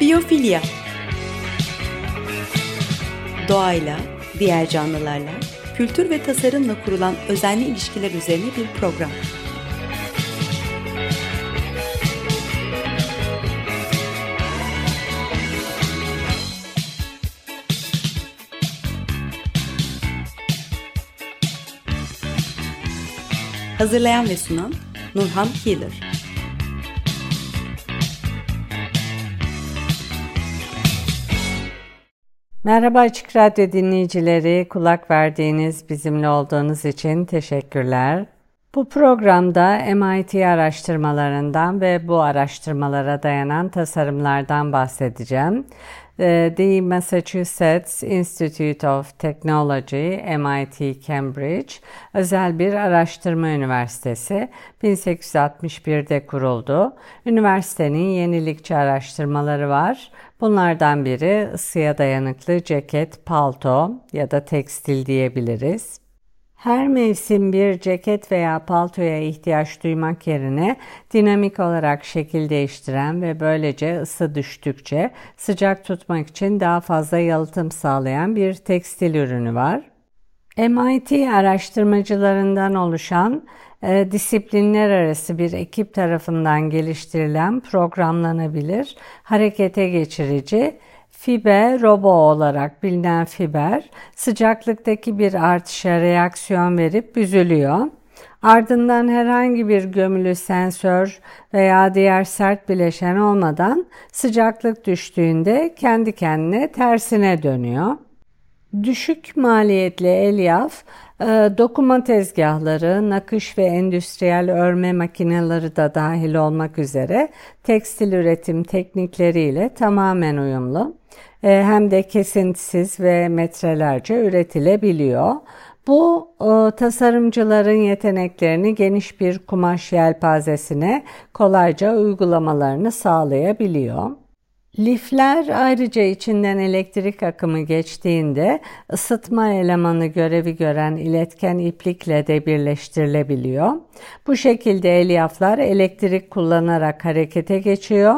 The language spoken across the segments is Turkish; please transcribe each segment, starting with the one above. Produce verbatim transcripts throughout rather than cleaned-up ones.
Biyofilya. Doğayla, diğer canlılarla, kültür ve tasarımla kurulan özenli ilişkiler üzerine bir program. Hazırlayan ve sunan Nurhan Healer. Merhaba Açık Radyo dinleyicileri, kulak verdiğiniz, bizimle olduğunuz için teşekkürler. Bu programda M I T araştırmalarından ve bu araştırmalara dayanan tasarımlardan bahsedeceğim. The Massachusetts Institute of Technology, M I T Cambridge, özel bir araştırma üniversitesi. bin sekiz yüz altmış birde kuruldu. Üniversitenin yenilikçi araştırmaları var. Bunlardan biri ısıya dayanıklı ceket, palto ya da tekstil diyebiliriz. Her mevsim bir ceket veya paltoya ihtiyaç duymak yerine dinamik olarak şekil değiştiren ve böylece ısı düştükçe sıcak tutmak için daha fazla yalıtım sağlayan bir tekstil ürünü var. M I T araştırmacılarından oluşan e, disiplinler arası bir ekip tarafından geliştirilen programlanabilir, harekete geçirici Fiber Robo olarak bilinen fiber, sıcaklıktaki bir artışa reaksiyon verip büzülüyor. Ardından herhangi bir gömülü sensör veya diğer sert bileşen olmadan sıcaklık düştüğünde kendi kendine tersine dönüyor. Düşük maliyetli elyaf, dokuma tezgahları, nakış ve endüstriyel örme makineleri de dahil olmak üzere tekstil üretim teknikleriyle tamamen uyumlu. Hem de kesintisiz ve metrelerce üretilebiliyor. Bu tasarımcıların yeteneklerini geniş bir kumaş yelpazesine kolayca uygulamalarını sağlayabiliyor. Lifler ayrıca içinden elektrik akımı geçtiğinde ısıtma elemanı görevi gören iletken iplikle de birleştirilebiliyor. Bu şekilde elyaflar elektrik kullanarak harekete geçiyor.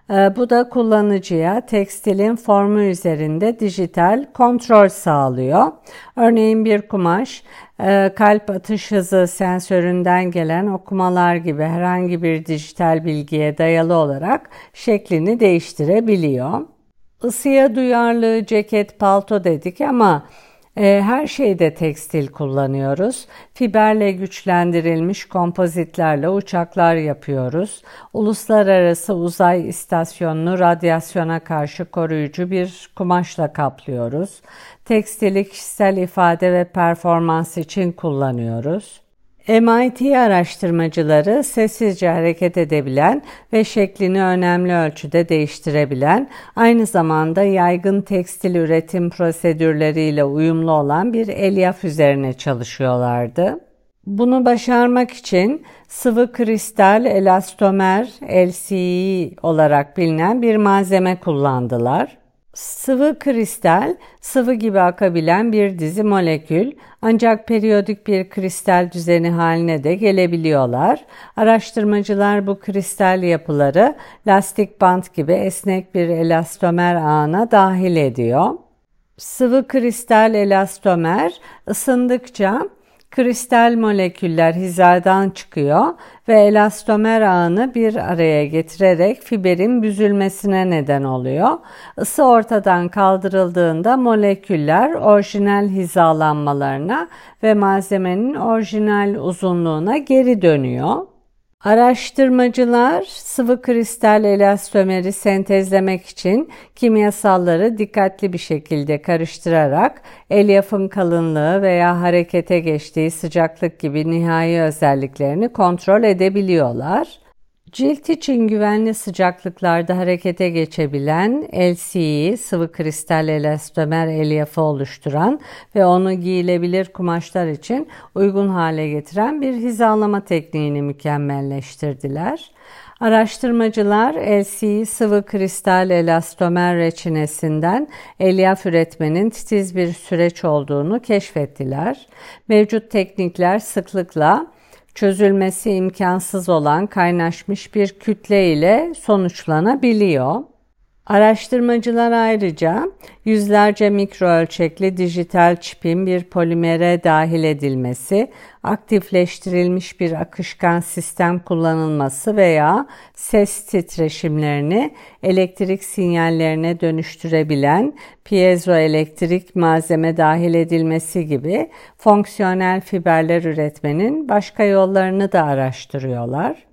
Bu da kullanıcıya tekstilin formu üzerinde dijital kontrol sağlıyor. Örneğin bir kumaş, kalp atış hızı sensöründen gelen okumalar gibi herhangi bir dijital bilgiye dayalı olarak şeklini değiştirebiliyor. Isıya duyarlı ceket, palto dedik ama e, her şeyde tekstil kullanıyoruz. Fiberle güçlendirilmiş kompozitlerle uçaklar yapıyoruz. Uluslararası uzay istasyonunu radyasyona karşı koruyucu bir kumaşla kaplıyoruz. Tekstili kişisel ifade ve performans için kullanıyoruz. M I T araştırmacıları sessizce hareket edebilen ve şeklini önemli ölçüde değiştirebilen, aynı zamanda yaygın tekstil üretim prosedürleriyle uyumlu olan bir elyaf üzerine çalışıyorlardı. Bunu başarmak için sıvı kristal elastomer L C E olarak bilinen bir malzeme kullandılar. Sıvı kristal, sıvı gibi akabilen bir dizi molekül, ancak periyodik bir kristal düzeni haline de gelebiliyorlar. Araştırmacılar bu kristal yapıları lastik bant gibi esnek bir elastomer ağına dahil ediyor. Sıvı kristal elastomer ısındıkça kristal moleküller hizadan çıkıyor ve elastomer ağını bir araya getirerek fiberin büzülmesine neden oluyor. Isı ortadan kaldırıldığında moleküller orijinal hizalanmalarına ve malzemenin orijinal uzunluğuna geri dönüyor. Araştırmacılar sıvı kristal elastomeri sentezlemek için kimyasalları dikkatli bir şekilde karıştırarak elyafın kalınlığı veya harekete geçtiği sıcaklık gibi nihai özelliklerini kontrol edebiliyorlar. Cilt için güvenli sıcaklıklarda harekete geçebilen L C E, sıvı kristal elastomer elyafı oluşturan ve onu giyilebilir kumaşlar için uygun hale getiren bir hizalama tekniğini mükemmelleştirdiler. Araştırmacılar L C E sıvı kristal elastomer reçinesinden elyaf üretmenin titiz bir süreç olduğunu keşfettiler. Mevcut teknikler sıklıkla çözülmesi imkansız olan kaynaşmış bir kütle ile sonuçlanabiliyor. Araştırmacılar ayrıca yüzlerce mikro ölçekli dijital çipin bir polimere dahil edilmesi, aktifleştirilmiş bir akışkan sistem kullanılması veya ses titreşimlerini elektrik sinyallerine dönüştürebilen piezoelektrik malzeme dahil edilmesi gibi fonksiyonel fiberler üretmenin başka yollarını da araştırıyorlar.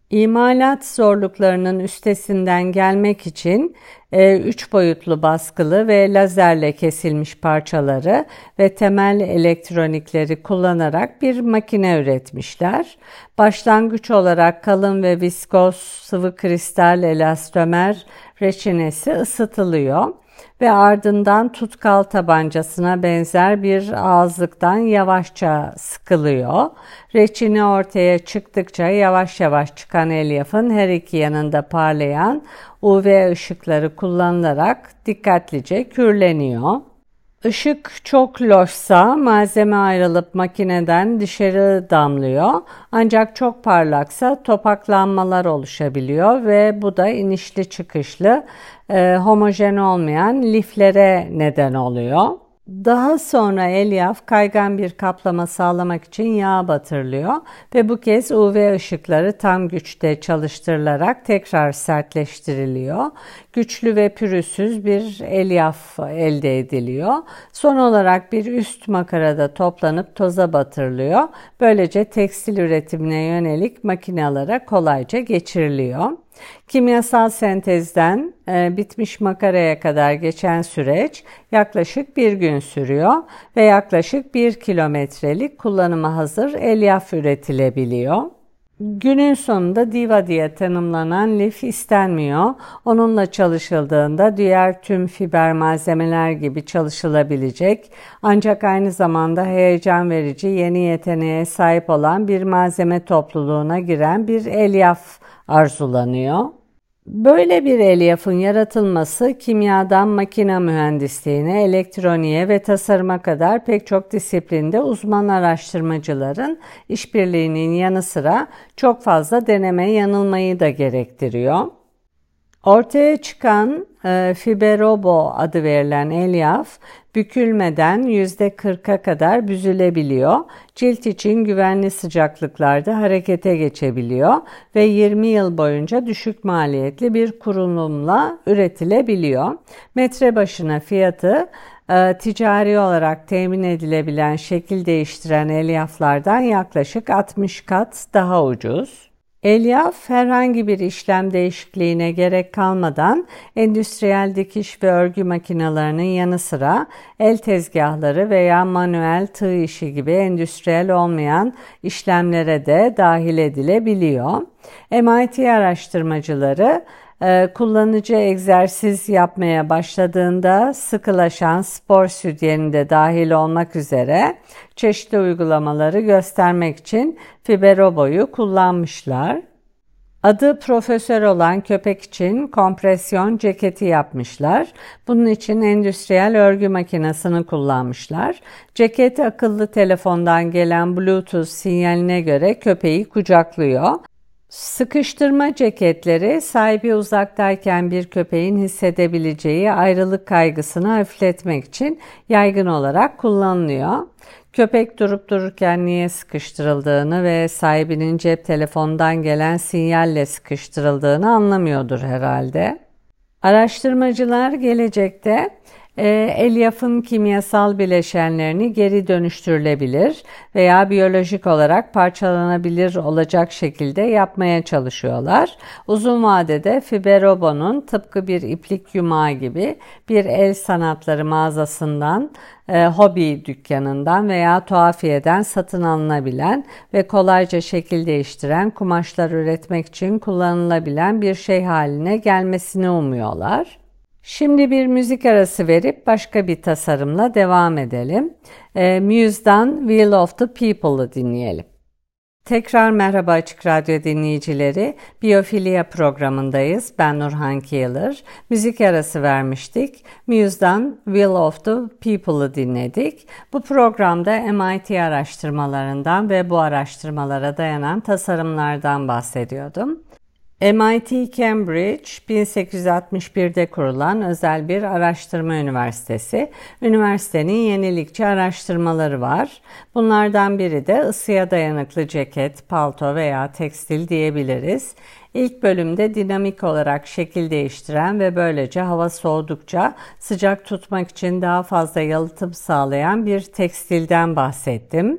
İmalat zorluklarının üstesinden gelmek için e, üç boyutlu baskılı ve lazerle kesilmiş parçaları ve temel elektronikleri kullanarak bir makine üretmişler. Başlangıç olarak kalın ve viskoz sıvı kristal elastomer reçinesi ısıtılıyor ve ardından tutkal tabancasına benzer bir ağızlıktan yavaşça sıkılıyor. Reçine ortaya çıktıkça yavaş yavaş çıkan elyafın her iki yanında parlayan U V ışıkları kullanılarak dikkatlice kürleniyor. Işık çok loşsa malzeme ayrılıp makineden dışarı damlıyor. Ancak çok parlaksa topaklanmalar oluşabiliyor ve bu da inişli çıkışlı e, homojen olmayan liflere neden oluyor. Daha sonra elyaf kaygan bir kaplama sağlamak için yağ batırılıyor ve bu kez U V ışıkları tam güçte çalıştırılarak tekrar sertleştiriliyor. Güçlü ve pürüzsüz bir elyaf elde ediliyor. Son olarak bir üst makarada toplanıp toza batırılıyor. Böylece tekstil üretimine yönelik makinelere kolayca geçiriliyor. Kimyasal sentezden e, bitmiş makaraya kadar geçen süreç yaklaşık bir gün sürüyor ve yaklaşık bir kilometrelik kullanıma hazır elyaf üretilebiliyor. Günün sonunda diva diye tanımlanan lif istenmiyor. Onunla çalışıldığında diğer tüm fiber malzemeler gibi çalışılabilecek ancak aynı zamanda heyecan verici yeni yeteneğe sahip olan bir malzeme topluluğuna giren bir elyaf arzulanıyor. Böyle bir elyafın yaratılması kimyadan makine mühendisliğine, elektroniğe ve tasarıma kadar pek çok disiplinde uzman araştırmacıların işbirliğinin yanı sıra çok fazla deneme yanılmayı da gerektiriyor. Ortaya çıkan e, Fiberobo adı verilen elyaf bükülmeden yüzde kırka kadar büzülebiliyor. Cilt için güvenli sıcaklıklarda harekete geçebiliyor ve yirmi yıl boyunca düşük maliyetli bir kurulumla üretilebiliyor. Metre başına fiyatı e, ticari olarak temin edilebilen şekil değiştiren elyaflardan yaklaşık altmış kat daha ucuz. Elyaf herhangi bir işlem değişikliğine gerek kalmadan endüstriyel dikiş ve örgü makinelerinin yanı sıra el tezgahları veya manuel tığ işi gibi endüstriyel olmayan işlemlere de dahil edilebiliyor. M I T araştırmacıları kullanıcı egzersiz yapmaya başladığında sıkılaşan spor sütyeni de dahil olmak üzere çeşitli uygulamaları göstermek için Fiberobo'yu kullanmışlar. Adı profesör olan köpek için kompresyon ceketi yapmışlar. Bunun için endüstriyel örgü makinesini kullanmışlar. Ceket akıllı telefondan gelen Bluetooth sinyaline göre köpeği kucaklıyor. Sıkıştırma ceketleri sahibi uzaktayken bir köpeğin hissedebileceği ayrılık kaygısını hafifletmek için yaygın olarak kullanılıyor. Köpek durup dururken niye sıkıştırıldığını ve sahibinin cep telefonundan gelen sinyalle sıkıştırıldığını anlamıyordur herhalde. Araştırmacılar gelecekte e, elyafın kimyasal bileşenlerini geri dönüştürülebilir veya biyolojik olarak parçalanabilir olacak şekilde yapmaya çalışıyorlar. Uzun vadede Fiberobo'nun tıpkı bir iplik yumağı gibi bir el sanatları mağazasından, e, hobi dükkanından veya tuhafiyeden satın alınabilen ve kolayca şekil değiştiren kumaşlar üretmek için kullanılabilen bir şey haline gelmesini umuyorlar. Şimdi bir müzik arası verip başka bir tasarımla devam edelim. E, Muse'dan Will of the People'ı dinleyelim. Tekrar merhaba Açık Radyo dinleyicileri. Biyofilya programındayız. Ben Nurhan Kiyılır. Müzik arası vermiştik. Muse'dan Will of the People'ı dinledik. Bu programda M I T araştırmalarından ve bu araştırmalara dayanan tasarımlardan bahsediyordum. M I T Cambridge bin sekiz yüz altmış bir'de kurulan özel bir araştırma üniversitesi. Üniversitenin yenilikçi araştırmaları var. Bunlardan biri de ısıya dayanıklı ceket, palto veya tekstil diyebiliriz. İlk bölümde dinamik olarak şekil değiştiren ve böylece hava soğudukça sıcak tutmak için daha fazla yalıtım sağlayan bir tekstilden bahsettim.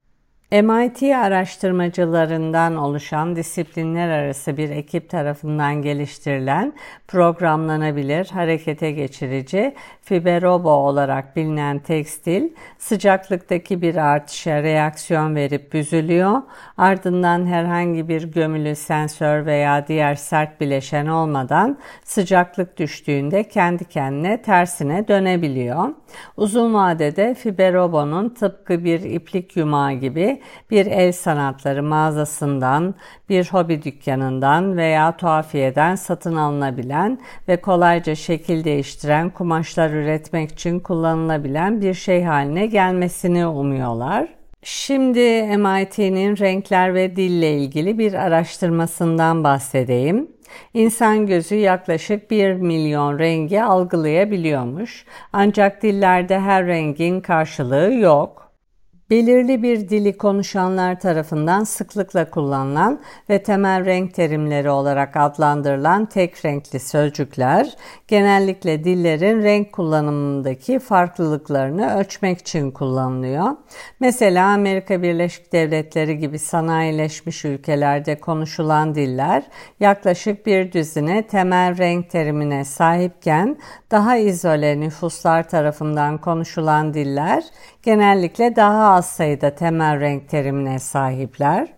M I T araştırmacılarından oluşan disiplinler arası bir ekip tarafından geliştirilen programlanabilir, harekete geçirici Fiberobo olarak bilinen tekstil, sıcaklıktaki bir artışa reaksiyon verip büzülüyor, ardından herhangi bir gömülü sensör veya diğer sert bileşen olmadan sıcaklık düştüğünde kendi kendine tersine dönebiliyor. Uzun vadede Fiberobo'nun tıpkı bir iplik yumağı gibi bir el sanatları mağazasından, bir hobi dükkanından veya tuhafiyeden satın alınabilen ve kolayca şekil değiştiren kumaşlar üretmek için kullanılabilen bir şey haline gelmesini umuyorlar. Şimdi M I T'nin renkler ve dille ilgili bir araştırmasından bahsedeyim. İnsan gözü yaklaşık bir milyon rengi algılayabiliyormuş. Ancak dillerde her rengin karşılığı yok. Belirli bir dili konuşanlar tarafından sıklıkla kullanılan ve temel renk terimleri olarak adlandırılan tek renkli sözcükler, genellikle dillerin renk kullanımındaki farklılıklarını ölçmek için kullanılıyor. Mesela Amerika Birleşik Devletleri gibi sanayileşmiş ülkelerde konuşulan diller yaklaşık bir düzine temel renk terimine sahipken, daha izole nüfuslar tarafından konuşulan diller genellikle daha az sayıda temel renk terimine sahipler.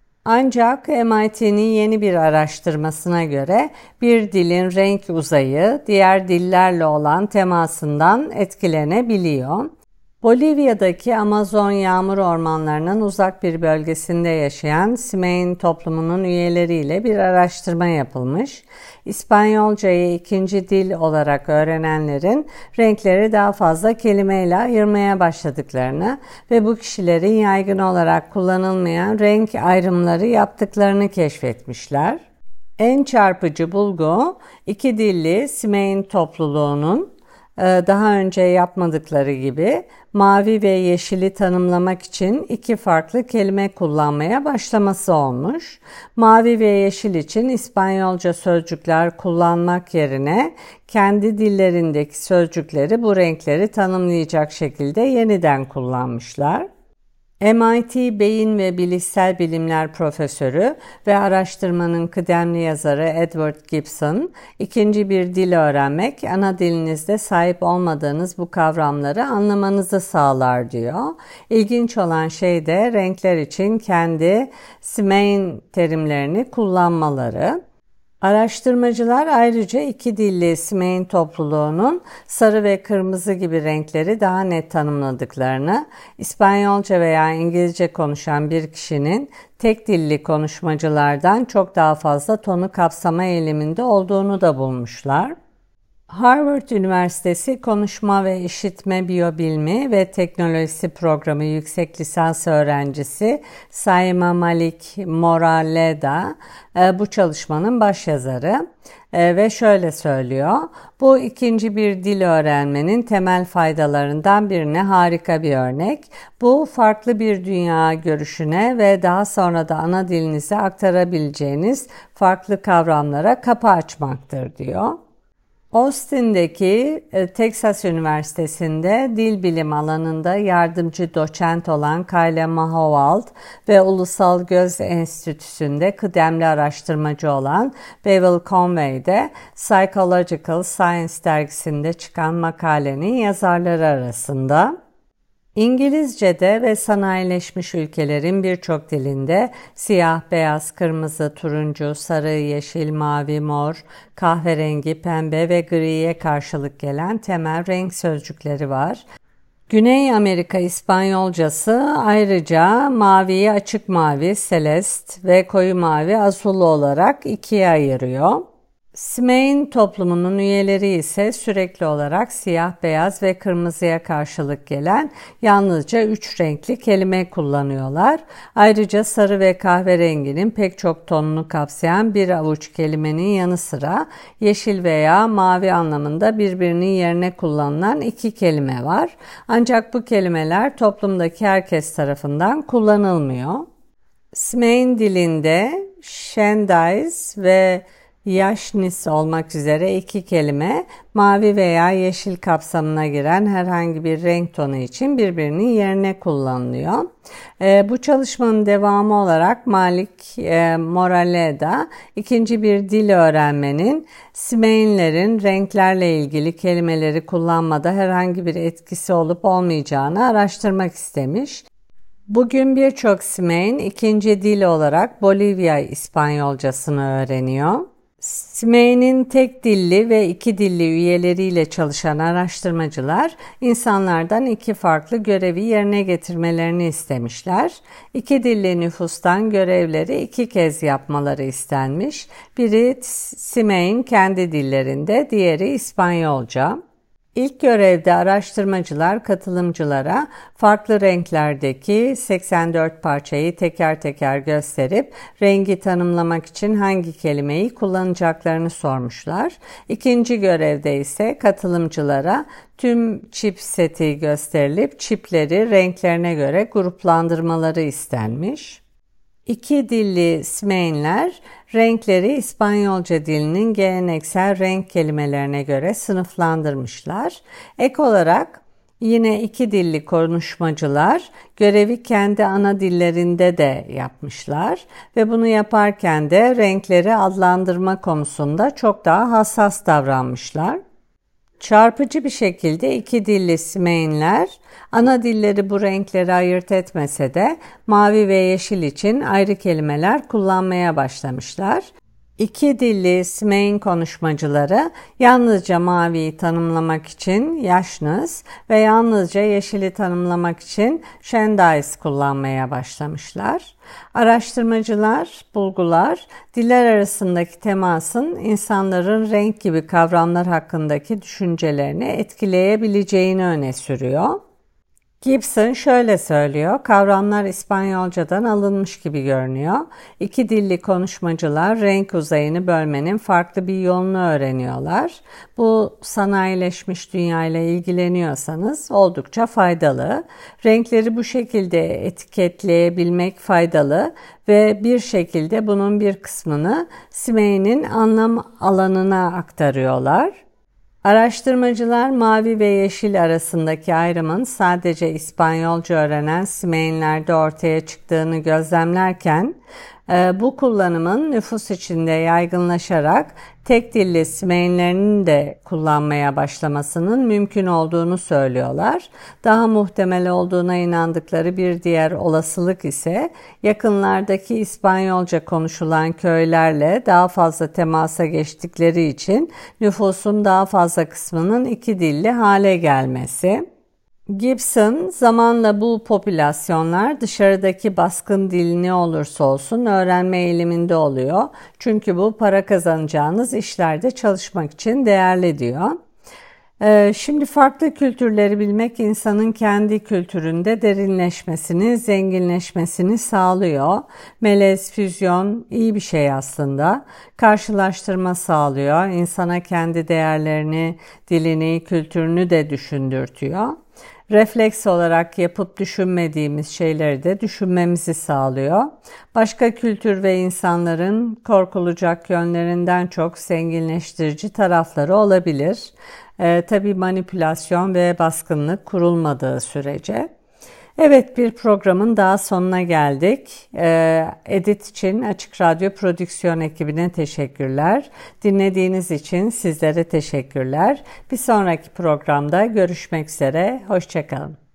Ancak M I T'nin yeni bir araştırmasına göre bir dilin renk uzayı diğer dillerle olan temasından etkilenebiliyor. Bolivya'daki Amazon yağmur ormanlarının uzak bir bölgesinde yaşayan Simeyn toplumunun üyeleriyle bir araştırma yapılmış. İspanyolcayı ikinci dil olarak öğrenenlerin renkleri daha fazla kelimeyle ayırmaya başladıklarını ve bu kişilerin yaygın olarak kullanılmayan renk ayrımları yaptıklarını keşfetmişler. En çarpıcı bulgu, iki dilli Simeyn topluluğunun daha önce yapmadıkları gibi mavi ve yeşili tanımlamak için iki farklı kelime kullanmaya başlaması olmuş. Mavi ve yeşil için İspanyolca sözcükler kullanmak yerine kendi dillerindeki sözcükleri bu renkleri tanımlayacak şekilde yeniden kullanmışlar. M I T Beyin ve Bilişsel Bilimler Profesörü ve araştırmanın kıdemli yazarı Edward Gibson, ikinci bir dil öğrenmek, ana dilinizde sahip olmadığınız bu kavramları anlamanızı sağlar diyor. İlginç olan şey de renkler için kendi Simeyn terimlerini kullanmaları. Araştırmacılar ayrıca iki dilli Simeyn topluluğunun sarı ve kırmızı gibi renkleri daha net tanımladıklarını, İspanyolca veya İngilizce konuşan bir kişinin tek dilli konuşmacılardan çok daha fazla tonu kapsama eğiliminde olduğunu da bulmuşlar. Harvard Üniversitesi Konuşma ve İşitme Biyobilimi ve Teknolojisi Programı yüksek lisans öğrencisi Saima Malik Moraleda bu çalışmanın başyazarı ve şöyle söylüyor: bu ikinci bir dil öğrenmenin temel faydalarından birine harika bir örnek. Bu farklı bir dünya görüşüne ve daha sonra da ana dilinize aktarabileceğiniz farklı kavramlara kapı açmaktır diyor. Austin'deki Texas Üniversitesi'nde dil bilim alanında yardımcı doçent olan Kyle Mahowald ve Ulusal Göz Enstitüsü'nde kıdemli araştırmacı olan Bevel Conway de Psychological Science dergisinde çıkan makalenin yazarları arasında. İngilizce'de ve sanayileşmiş ülkelerin birçok dilinde siyah, beyaz, kırmızı, turuncu, sarı, yeşil, mavi, mor, kahverengi, pembe ve griye karşılık gelen temel renk sözcükleri var. Güney Amerika İspanyolcası ayrıca maviyi açık mavi, celeste ve koyu mavi, azul olarak ikiye ayırıyor. Smain toplumunun üyeleri ise sürekli olarak siyah, beyaz ve kırmızıya karşılık gelen yalnızca üç renkli kelime kullanıyorlar. Ayrıca sarı ve kahverenginin pek çok tonunu kapsayan bir avuç kelimenin yanı sıra yeşil veya mavi anlamında birbirinin yerine kullanılan iki kelime var. Ancak bu kelimeler toplumdaki herkes tarafından kullanılmıyor. Smain dilinde Shendais ve Yashnis olmak üzere iki kelime mavi veya yeşil kapsamına giren herhangi bir renk tonu için birbirinin yerine kullanılıyor. E, bu çalışmanın devamı olarak Malik e, Moraleda ikinci bir dil öğrenmenin Smainlerin renklerle ilgili kelimeleri kullanmada herhangi bir etkisi olup olmayacağını araştırmak istemiş. Bugün birçok Smain ikinci dil olarak Bolivya İspanyolcasını öğreniyor. Smain'in tek dilli ve iki dilli üyeleriyle çalışan araştırmacılar insanlardan iki farklı görevi yerine getirmelerini istemişler. İki dilli nüfustan görevleri iki kez yapmaları istenmiş. Biri Smain kendi dillerinde, diğeri İspanyolca. İlk görevde araştırmacılar katılımcılara farklı renklerdeki seksen dört parçayı teker teker gösterip rengi tanımlamak için hangi kelimeyi kullanacaklarını sormuşlar. İkinci görevde ise katılımcılara tüm çip seti gösterilip çipleri renklerine göre gruplandırmaları istenmiş. İki dilli Smainler renkleri İspanyolca dilinin geleneksel renk kelimelerine göre sınıflandırmışlar. Ek olarak yine iki dilli konuşmacılar görevi kendi ana dillerinde de yapmışlar ve bunu yaparken de renkleri adlandırma konusunda çok daha hassas davranmışlar. Çarpıcı bir şekilde iki dilli Smainler ana dilleri bu renkleri ayırt etmese de mavi ve yeşil için ayrı kelimeler kullanmaya başlamışlar. İki dilli Smain konuşmacıları yalnızca maviyi tanımlamak için Yashnis ve yalnızca yeşili tanımlamak için Shendais kullanmaya başlamışlar. Araştırmacılar, bulgular, diller arasındaki temasın insanların renk gibi kavramlar hakkındaki düşüncelerini etkileyebileceğini öne sürüyor. Gibson şöyle söylüyor, kavramlar İspanyolcadan alınmış gibi görünüyor. İki dilli konuşmacılar renk uzayını bölmenin farklı bir yolunu öğreniyorlar. Bu sanayileşmiş dünyayla ilgileniyorsanız oldukça faydalı. Renkleri bu şekilde etiketleyebilmek faydalı ve bir şekilde bunun bir kısmını Smain'in anlam alanına aktarıyorlar. Araştırmacılar mavi ve yeşil arasındaki ayrımın sadece İspanyolca öğrenen Smainlerde ortaya çıktığını gözlemlerken bu kullanımın nüfus içinde yaygınlaşarak tek dilli Smainlerinin de kullanmaya başlamasının mümkün olduğunu söylüyorlar. Daha muhtemel olduğuna inandıkları bir diğer olasılık ise yakınlardaki İspanyolca konuşulan köylerle daha fazla temasa geçtikleri için nüfusun daha fazla kısmının iki dilli hale gelmesi. Gibson, zamanla bu popülasyonlar dışarıdaki baskın dil ne olursa olsun öğrenme eğiliminde oluyor. Çünkü bu para kazanacağınız işlerde çalışmak için değerli diyor. Ee, şimdi farklı kültürleri bilmek insanın kendi kültüründe derinleşmesini, zenginleşmesini sağlıyor. Melez, füzyon iyi bir şey aslında. Karşılaştırma sağlıyor. İnsana kendi değerlerini, dilini, kültürünü de düşündürtüyor. Refleks olarak yapıp düşünmediğimiz şeyleri de düşünmemizi sağlıyor. Başka kültür ve insanların korkulacak yönlerinden çok zenginleştirici tarafları olabilir. Ee, tabii manipülasyon ve baskınlık kurulmadığı sürece. Evet, bir programın daha sonuna geldik. Ee, Edit için Açık Radyo Prodüksiyon ekibine teşekkürler. Dinlediğiniz için sizlere teşekkürler. Bir sonraki programda görüşmek üzere. Hoşça kalın.